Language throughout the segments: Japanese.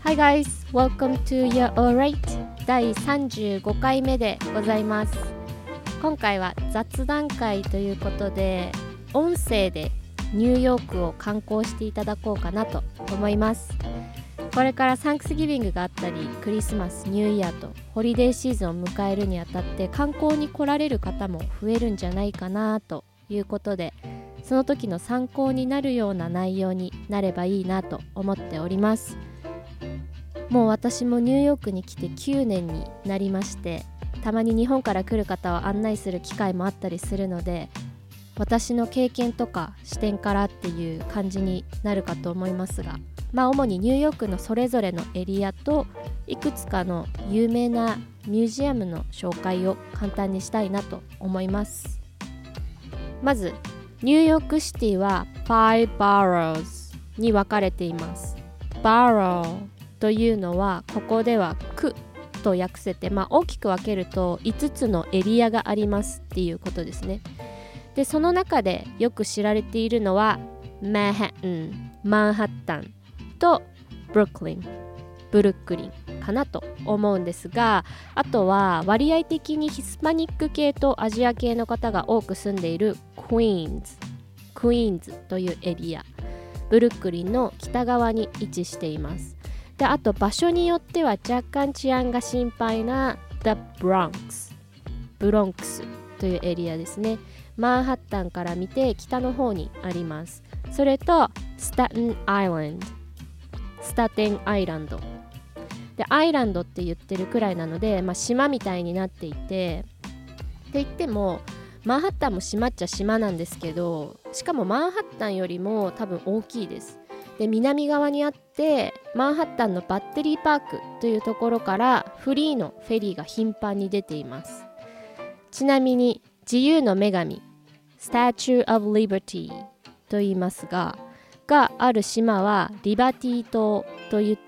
Hi guys, welcome to You're Alright 第35回目でございます。今回は雑談会ということで、音声でニューヨークを観光していただこうかなと思います。これからサンクスギビングがあったり、クリスマス、ニューイヤーとホリデーシーズンを迎えるにあたって観光に来られる方も増えるんじゃないかなということで、その時の参考になるような内容になればいいなと思っております。もう私もニューヨークに来て9年になりまして、たまに日本から来る方を案内する機会もあったりするので、私の経験とか視点からっていう感じになるかと思いますが、主にニューヨークのそれぞれのエリアといくつかの有名なミュージアムの紹介を簡単にしたいなと思います。まずニューヨークシティは5 boroughs に分かれています。 borough というのはここでは区と訳せて、大きく分けると5つのエリアがありますっていうことですね。でその中でよく知られているのはマンハッタンとブルックリンかなと思うんですが、あとは割合的にヒスパニック系とアジア系の方が多く住んでいるクイーンズというエリア、ブルックリンの北側に位置しています。であと場所によっては若干治安が心配な The Bronx ブロンクスというエリアですね。マンハッタンから見て北の方にあります。それとスタテンアイランドで、アイランドって言ってるくらいなので、島みたいになっていて、って言ってもマンハッタンも島っちゃ島なんですけど、しかもマンハッタンよりも多分大きいです。で南側にあって、マンハッタンのバッテリーパークというところからフリーのフェリーが頻繁に出ています。ちなみに自由の女神 Statue of Liberty と言いますがある島はリバティ島といって、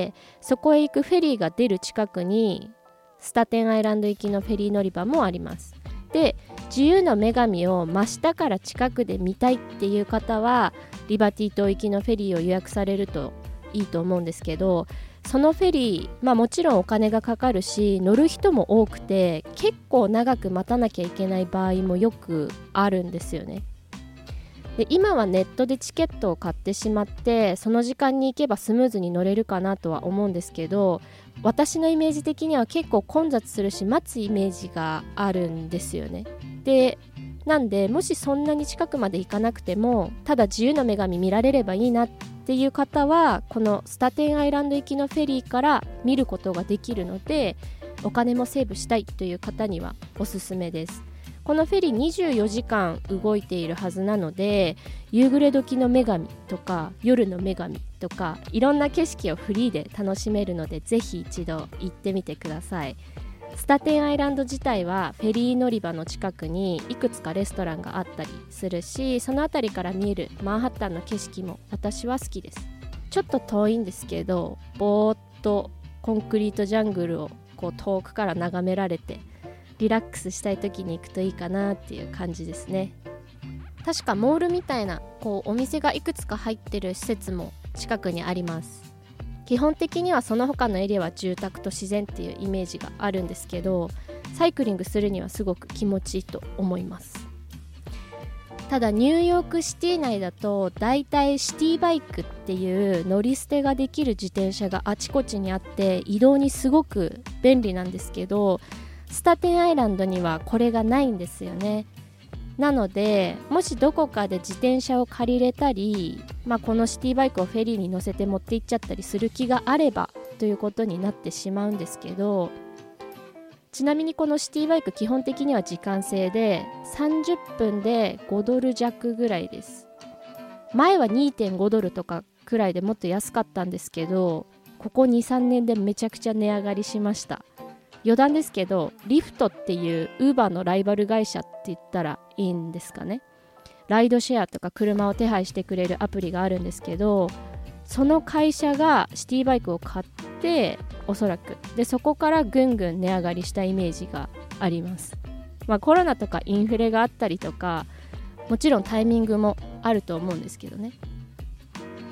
そこへ行くフェリーが出る近くにスタテンアイランド行きのフェリー乗り場もあります。で自由の女神を真下から近くで見たいっていう方はリバティ島行きのフェリーを予約されるといいと思うんですけど、そのフェリー、もちろんお金がかかるし乗る人も多くて結構長く待たなきゃいけない場合もよくあるんですよね。で今はネットでチケットを買ってしまってその時間に行けばスムーズに乗れるかなとは思うんですけど、私のイメージ的には結構混雑するし待つイメージがあるんですよね。でなんでもしそんなに近くまで行かなくてもただ自由の女神見られればいいなっていう方は、このスタテンアイランド行きのフェリーから見ることができるので、お金もセーブしたいという方にはおすすめです。このフェリー24時間動いているはずなので、夕暮れ時の女神とか夜の女神とかいろんな景色をフリーで楽しめるので、ぜひ一度行ってみてください。スタテンアイランド自体はフェリー乗り場の近くにいくつかレストランがあったりするし、そのあたりから見えるマンハッタンの景色も私は好きです。ちょっと遠いんですけど、ぼーっとコンクリートジャングルを遠くから眺められてリラックスしたい時に行くといいかなっていう感じですね。確かモールみたいなお店がいくつか入ってる施設も近くにあります。基本的にはその他のエリアは住宅と自然っていうイメージがあるんですけど、サイクリングするにはすごく気持ちいいと思います。ただニューヨークシティ内だとだいたいシティバイクっていう乗り捨てができる自転車があちこちにあって移動にすごく便利なんですけど、スタテンアイランドにはこれがないんですよね。なのでもしどこかで自転車を借りれたり、このシティバイクをフェリーに乗せて持って行っちゃったりする気があればということになってしまうんですけど、ちなみにこのシティバイク基本的には時間制で30分で5ドル弱ぐらいです。前は 2.5 ドルとかくらいでもっと安かったんですけど、ここ 2,3 年でめちゃくちゃ値上がりしました。余談ですけど、リフトっていうウーバーのライバル会社って言ったらいいんですかね。ライドシェアとか車を手配してくれるアプリがあるんですけど、その会社がシティバイクを買っておそらくでそこからぐんぐん値上がりしたイメージがあります。コロナとかインフレがあったりとか、もちろんタイミングもあると思うんですけどね。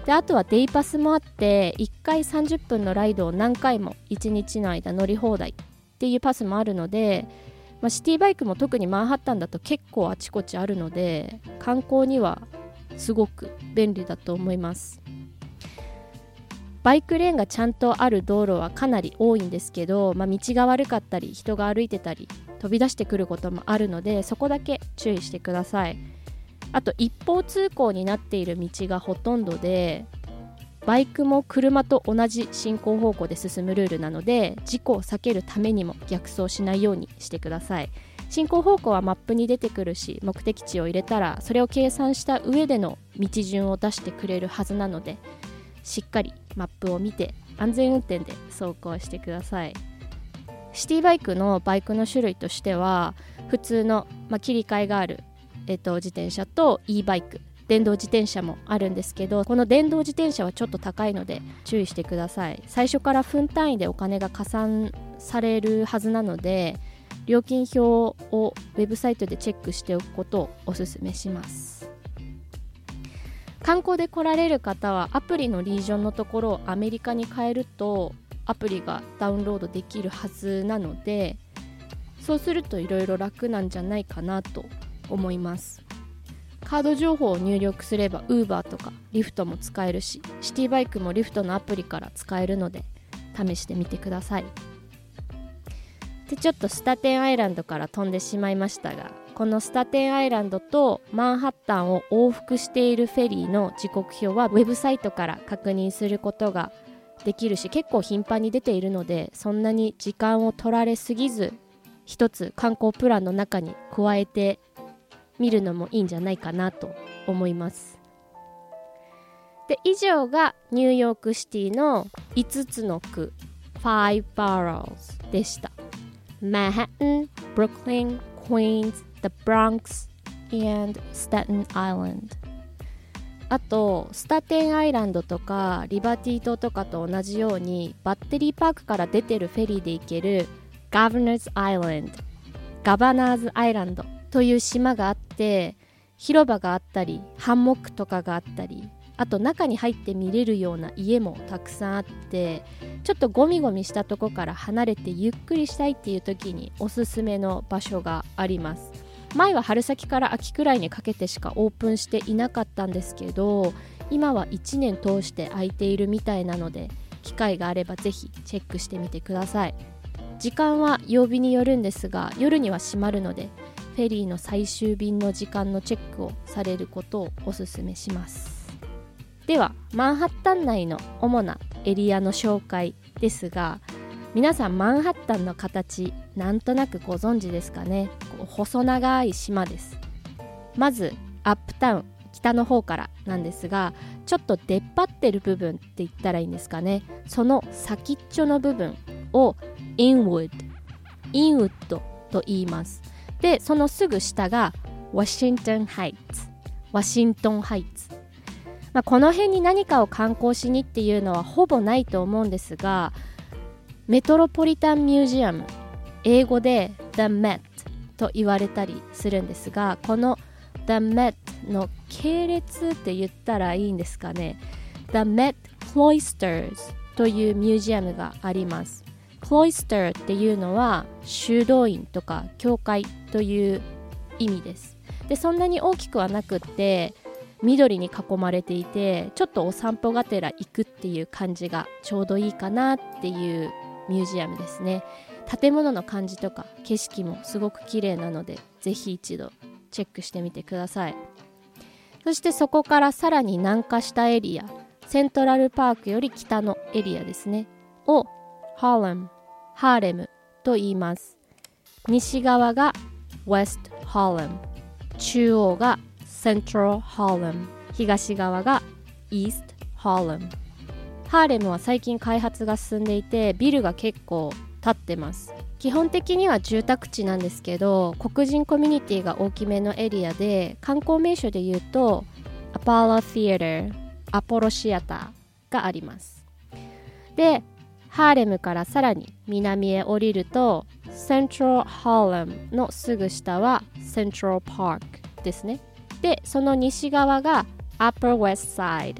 であとはデイパスもあって、1回30分のライドを何回も1日の間乗り放題っていうパスもあるので、シティバイクも特にマンハッタンだと結構あちこちあるので、観光にはすごく便利だと思います。バイクレーンがちゃんとある道路はかなり多いんですけど、道が悪かったり人が歩いてたり飛び出してくることもあるので、そこだけ注意してください。あと一方通行になっている道がほとんどで、バイクも車と同じ進行方向で進むルールなので、事故を避けるためにも逆走しないようにしてください。進行方向はマップに出てくるし、目的地を入れたらそれを計算した上での道順を出してくれるはずなので、しっかりマップを見て安全運転で走行してください。シティバイクのバイクの種類としては、普通の、切り替えがある、自転車と e バイク、電動自転車もあるんですけど、この電動自転車はちょっと高いので注意してください。最初から分単位でお金が加算されるはずなので、料金表をウェブサイトでチェックしておくことをお勧めします。観光で来られる方はアプリのリージョンのところをアメリカに変えるとアプリがダウンロードできるはずなので、そうするといろいろ楽なんじゃないかなと思います。カード情報を入力すれば Uber とかリフトも使えるし、シティバイクもリフトのアプリから使えるので試してみてください。でちょっとスタテンアイランドから飛んでしまいましたが、このスタテンアイランドとマンハッタンを往復しているフェリーの時刻表はウェブサイトから確認することができるし、結構頻繁に出ているので、そんなに時間を取られすぎず、一つ観光プランの中に加えてみるのもいいんじゃないかなと思います。で以上がニューヨークシティの5つの区5 boroughs でした。マンハッタン、ブルックリン、Queens, the Bronx and Staten Island。 あとスタテンアイランドとかリバティ島とかと同じように、バッテリーパークから出てるフェリーで行ける Governor's Island、 ガバナーズアイランドという島があって、広場があったりハンモックとかがあったり、あと中に入って見れるような家もたくさんあって、ちょっとゴミゴミしたとこから離れてゆっくりしたいっていう時におすすめの場所があります。前は春先から秋くらいにかけてしかオープンしていなかったんですけど、今は1年通して空いているみたいなので、機会があればぜひチェックしてみてください。時間は曜日によるんですが、夜には閉まるので、フェリーの最終便の時間のチェックをされることをおすすめします。ではマンハッタン内の主なエリアの紹介ですが、皆さんマンハッタンの形なんとなくご存知ですかね。細長い島です。まずアップタウン、北の方からなんですが、ちょっと出っ張ってる部分って言ったらいいんですかね。その先っちょの部分をインウッドと言います。でそのすぐ下がワシントンハイツ。この辺に何かを観光しにっていうのはほぼないと思うんですが、メトロポリタンミュージアム、英語で The Met と言われたりするんですが、この The Met の系列って言ったらいいんですかね。 The Met Cloisters というミュージアムがあります。Cloister っていうのは修道院とか教会という意味です。でそんなに大きくはなくって緑に囲まれていて、ちょっとお散歩がてら行くっていう感じがちょうどいいかなっていうミュージアムですね。建物の感じとか景色もすごく綺麗なので、ぜひ一度チェックしてみてください。そしてそこからさらに南下したエリア、セントラルパークより北のエリアですねをハーレムと言います。西側が West Harlem、 中央がCentral Harlem、 東側が East Harlem。 ハーレムは最近開発が進んでいて、ビルが結構建ってます。基本的には住宅地なんですけど、黒人コミュニティが大きめのエリアで、観光名所で言うとアポロシアターがあります。でハーレムからさらに南へ降りると Central Harlem のすぐ下は Central Park ですね。でその西側が Upper West Side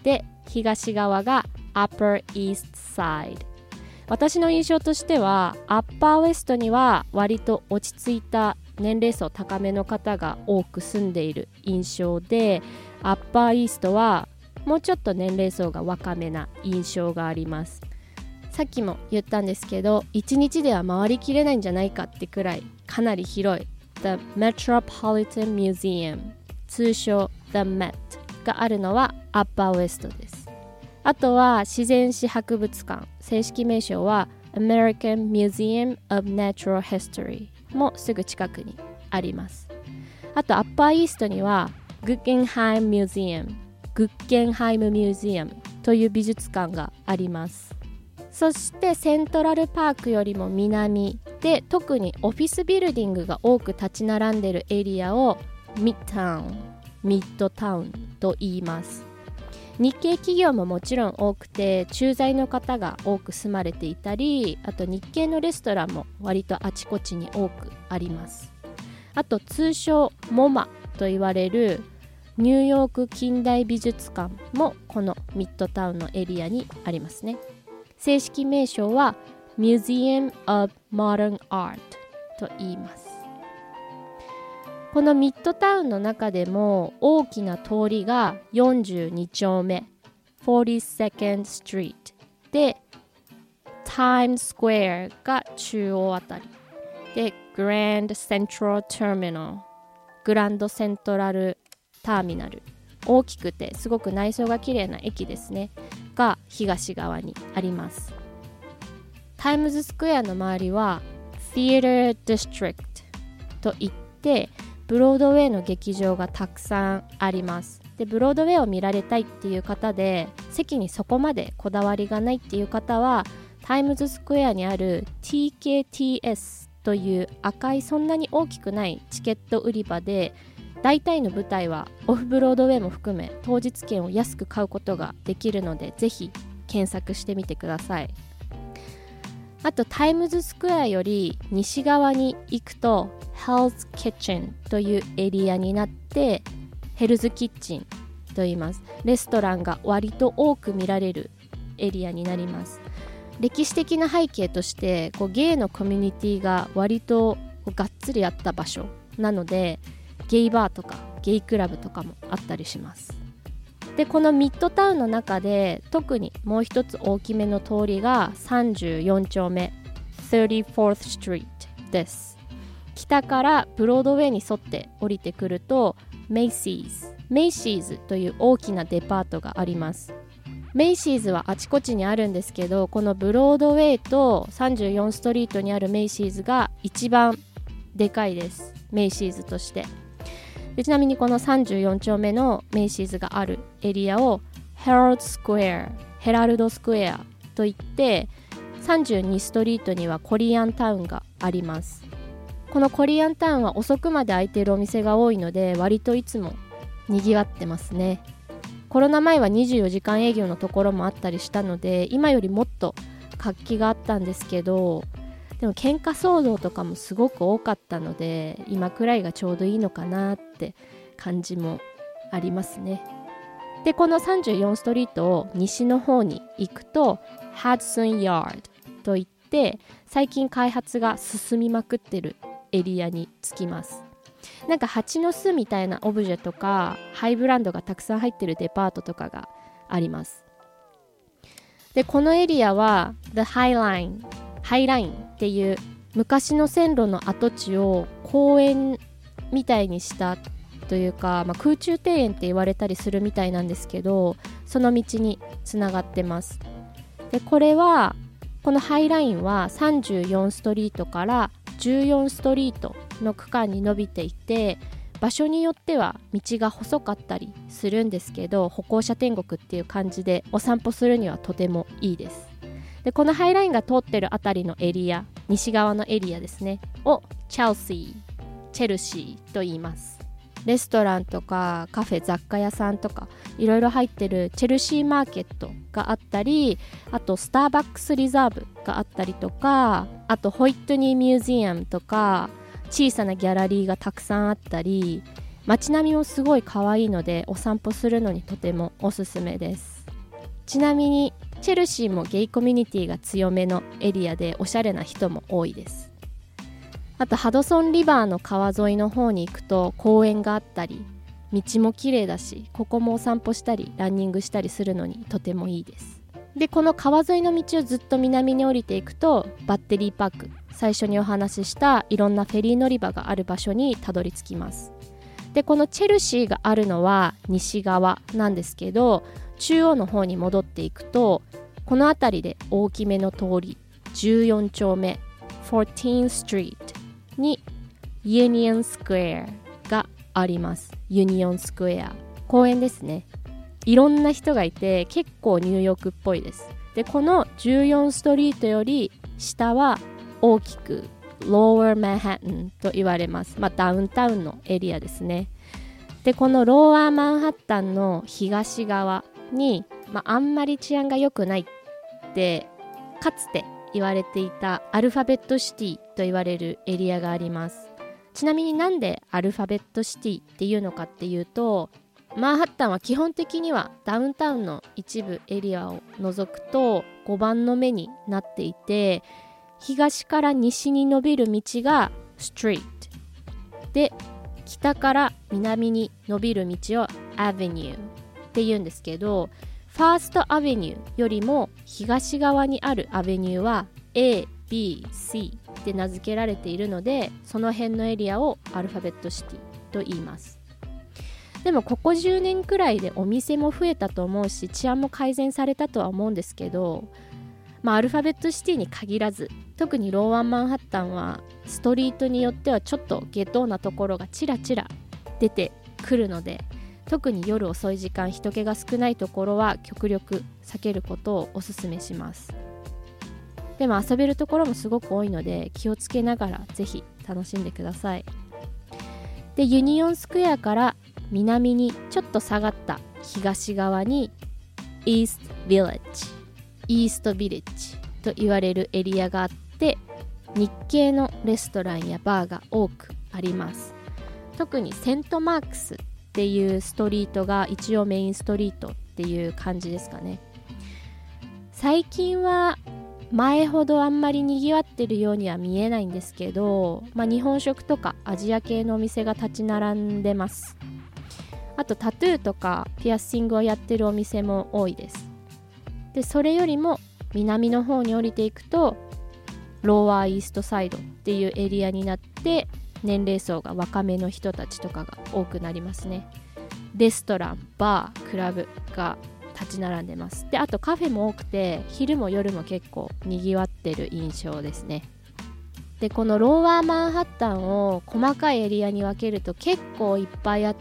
で東側が Upper East Side。 私の印象としてはアッパーウエストには割と落ち着いた年齢層高めの方が多く住んでいる印象で、アッパーイーストはもうちょっと年齢層が若めな印象があります。さっきも言ったんですけど、1日では回りきれないんじゃないかってくらいかなり広い The Metropolitan Museum、 通称 The Met があるのはアッパーウエストです。あとは自然史博物館、正式名称は American Museum of Natural History もすぐ近くにあります。あとアッパーイーストにはグッゲンハイムミュージアム、グッゲンハイムミュージアムという美術館があります。そしてセントラルパークよりも南で、特にオフィスビルディングが多く立ち並んでいるエリアをミッドタウンと言います。日系企業ももちろん多くて、駐在の方が多く住まれていたり、あと日系のレストランも割とあちこちに多くあります。あと通称モマと言われるニューヨーク近代美術館もこのミッドタウンのエリアにありますね。正式名称は Museum of Modern Art と言います。このミッドタウンの中でも大きな通りが42丁目 42nd Street で、Times Square が中央あたりで、Grand Central Terminal、 グランドセントラルターミナル、大きくてすごく内装が綺麗な駅ですねが東側にあります。タイムズスクエアの周りは Theater District といって、ブロードウェイの劇場がたくさんあります。でブロードウェイを見られたいっていう方で、席にそこまでこだわりがないっていう方は、タイムズスクエアにある TKTS という赤いそんなに大きくないチケット売り場で、大体の舞台はオフブロードウェイも含め当日券を安く買うことができるので、ぜひ検索してみてください。あとタイムズスクエアより西側に行くと Hell's Kitchen というエリアになって、ヘルズキッチンと言います。レストランが割と多く見られるエリアになります。歴史的な背景としてゲイのコミュニティが割とがっつりあった場所なので、ゲイバーとかゲイクラブとかもあったりします。でこのミッドタウンの中で特にもう一つ大きめの通りが34丁目 34th Street です。北からブロードウェイに沿って降りてくるとメイシーズという大きなデパートがあります。メイシーズはあちこちにあるんですけど、このブロードウェイと34ストリートにあるメイシーズが一番でかいです、メイシーズとして。でちなみにこの34丁目のメイシーズがあるエリアをヘラルドスクエアといって、32ストリートにはコリアンタウンがあります。このコリアンタウンは遅くまで開いているお店が多いので、割といつも賑わってますね。コロナ前は24時間営業のところもあったりしたので、今よりもっと活気があったんですけど、でも喧嘩騒動とかもすごく多かったので、今くらいがちょうどいいのかなって感じもありますね。でこの34ストリートを西の方に行くとハドソンヤードといって、最近開発が進みまくってるエリアに着きます。なんか蜂の巣みたいなオブジェとかハイブランドがたくさん入ってるデパートとかがあります。でこのエリアは The High Lineっていう昔の線路の跡地を公園みたいにしたというか、空中庭園って言われたりするみたいなんですけど、その道につながってます。でこのハイラインは34ストリートから14ストリートの区間に伸びていて、場所によっては道が細かったりするんですけど、歩行者天国っていう感じでお散歩するにはとてもいいです。でこのハイラインが通ってるあたりのエリア、西側のエリアですねをチェルシーと言います。レストランとかカフェ、雑貨屋さんとかいろいろ入ってるチェルシーマーケットがあったり、あとスターバックスリザーブがあったりとか、あとホイットニーミュージアムとか小さなギャラリーがたくさんあったり、 街並みもすごい可愛いのでお散歩するのにとてもおすすめです。ちなみにチェルシーもゲイコミュニティが強めのエリアでおしゃれな人も多いです。あとハドソンリバーの川沿いの方に行くと公園があったり、道も綺麗だし、ここもお散歩したりランニングしたりするのにとてもいいです。でこの川沿いの道をずっと南に降りていくとバッテリーパーク、最初にお話ししたいろんなフェリー乗り場がある場所にたどり着きます。でこのチェルシーがあるのは西側なんですけど、中央の方に戻っていくとこの辺りで大きめの通り14丁目 14th Street にユニオンスクエアがあります。ユニオンスクエア公園ですね。いろんな人がいて結構ニューヨークっぽいです。でこの14ストリートより下は大きく Lower Manhattan と言われます。ダウンタウンのエリアですね。でこのローアーマンハッタンの東側に、あんまり治安が良くないってかつて言われていたアルファベットシティと言われるエリアがあります。ちなみになんでアルファベットシティっていうのかっていうと、マンハッタンは基本的にはダウンタウンの一部エリアを除くと5番の目になっていて、東から西に伸びる道がストリートで、北から南に伸びる道をアベニューって言うんですけど、ファーストアベニューよりも東側にあるアベニューは A、B、C って名付けられているので、その辺のエリアをアルファベットシティと言います。でもここ10年くらいでお店も増えたと思うし、治安も改善されたとは思うんですけど、アルファベットシティに限らず、特にローアンマンハッタンはストリートによってはちょっと下等なところがちらちら出てくるので、特に夜遅い時間人気が少ないところは極力避けることをお勧めします。でも遊べるところもすごく多いので気をつけながらぜひ楽しんでください。でユニオンスクエアから南にちょっと下がった東側にイーストビレッジと言われるエリアがあって、日系のレストランやバーが多くあります。特にセントマークスっていうストリートが一応メインストリートっていう感じですかね。最近は前ほどあんまりにぎわってるようには見えないんですけど、日本食とかアジア系のお店が立ち並んでます。あとタトゥーとかピアッシングをやってるお店も多いです。でそれよりも南の方に降りていくとローワーイーストサイドっていうエリアになって、年齢層が若めの人たちとかが多くなりますね。レストラン、バー、クラブが立ち並んでます。であとカフェも多くて、昼も夜も結構にぎわってる印象ですね。でこのローワーマンハッタンを細かいエリアに分けると結構いっぱいあって、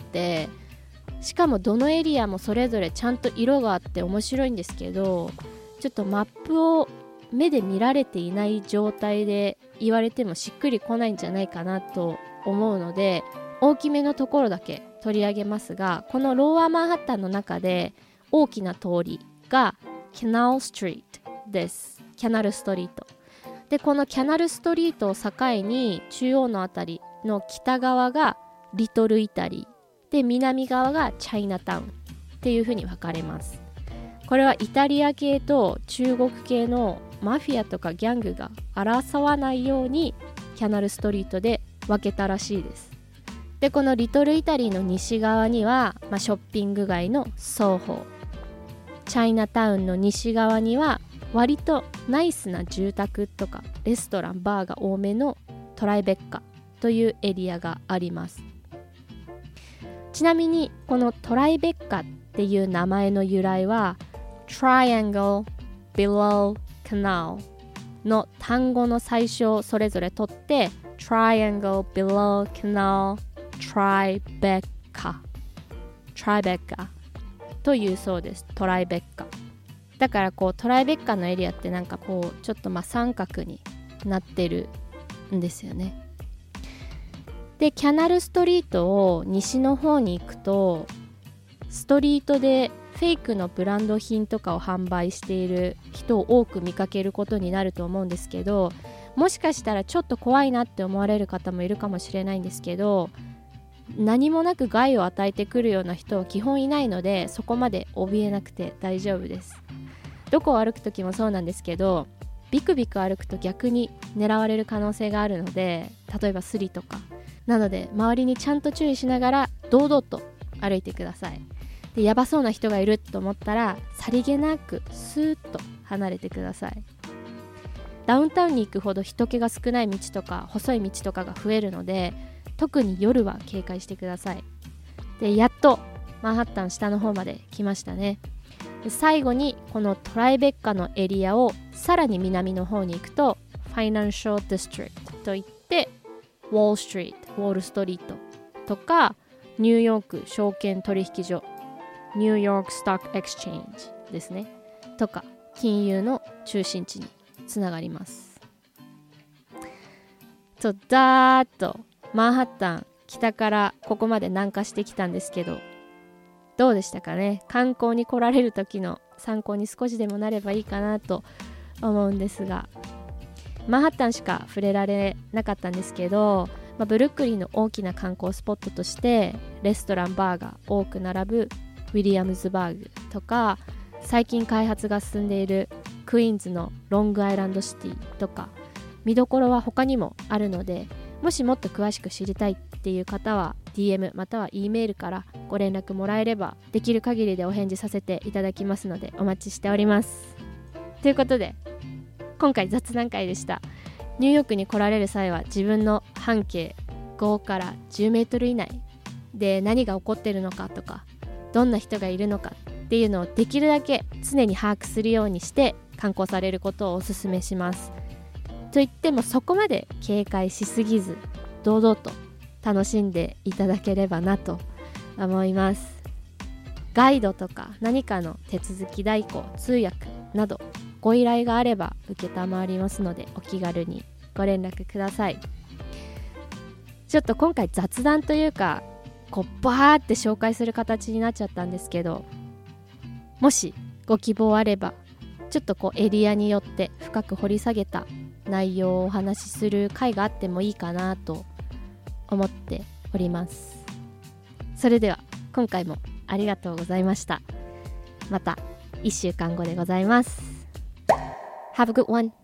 しかもどのエリアもそれぞれちゃんと色があって面白いんですけど、ちょっとマップを目で見られていない状態で言われてもしっくりこないんじゃないかなと思うので、大きめのところだけ取り上げますが、このローワーマンハッタンの中で大きな通りがキャナルストリートです。キャナルストリートで、このキャナルストリートを境に中央のあたりの北側がリトルイタリーで、南側がチャイナタウンっていう風に分かれます。これはイタリア系と中国系のマフィアとかギャングが争わないようにキャナルストリートで分けたらしいです。でこのリトルイタリーの西側には、ショッピング街のソーホー、チャイナタウンの西側には割とナイスな住宅とかレストラン、バーが多めのトライベッカというエリアがあります。ちなみにこのトライベッカっていう名前の由来は Triangle Below Canal の単語の最初をそれぞれ取って Triangle Below Canal Tribeca というそうです。トライベッカだからトライベッカのエリアってちょっと三角になってるんですよね。でキャナルストリートを西の方に行くと、ストリートでフェイクのブランド品とかを販売している人を多く見かけることになると思うんですけど、もしかしたらちょっと怖いなって思われる方もいるかもしれないんですけど、 何もなく害を与えてくるような人は基本いないので、そこまで怯えなくて大丈夫です。どこを歩く時もそうなんですけど、ビクビク歩くと逆に狙われる可能性があるので、例えばスリとかなので、周りにちゃんと注意しながら堂々と歩いてください。で、やばそうな人がいると思ったら、さりげなくスーッと離れてください。ダウンタウンに行くほど人気が少ない道とか細い道とかが増えるので、特に夜は警戒してください。で、やっとマンハッタン下の方まで来ましたね。で、最後にこのトライベッカのエリアをさらに南の方に行くと、ファイナンシャルディストリクトといって、ウォールストリート、ウォールストリートとか、ニューヨーク証券取引所、ニューヨークストックエクスチェンジですねとか、金融の中心地につながります。だーっとマンハッタン北からここまで南下してきたんですけど、どうでしたかね。観光に来られる時の参考に少しでもなればいいかなと思うんですが、マンハッタンしか触れられなかったんですけど、ブルックリンの大きな観光スポットとしてレストランバーが多く並ぶウィリアムズバーグとか、最近開発が進んでいるクイーンズのロングアイランドシティとか、見どころは他にもあるので、もしもっと詳しく知りたいっていう方は DM または E メールからご連絡もらえれば、できる限りでお返事させていただきますのでお待ちしております。ということで、今回雑談会でした。ニューヨークに来られる際は、自分の半径5から10メートル以内で何が起こっているのかとか、どんな人がいるのかっていうのをできるだけ常に把握するようにして観光されることをお勧めします。といってもそこまで警戒しすぎず、堂々と楽しんでいただければなと思います。ガイドとか何かの手続き代行、通訳などご依頼があれば承りますので、お気軽にご連絡ください。ちょっと今回雑談というか、バーって紹介する形になっちゃったんですけど、もしご希望あれば、ちょっとエリアによって深く掘り下げた内容をお話しする回があってもいいかなと思っております。それでは今回もありがとうございました。また1週間後でございます。Have a good one.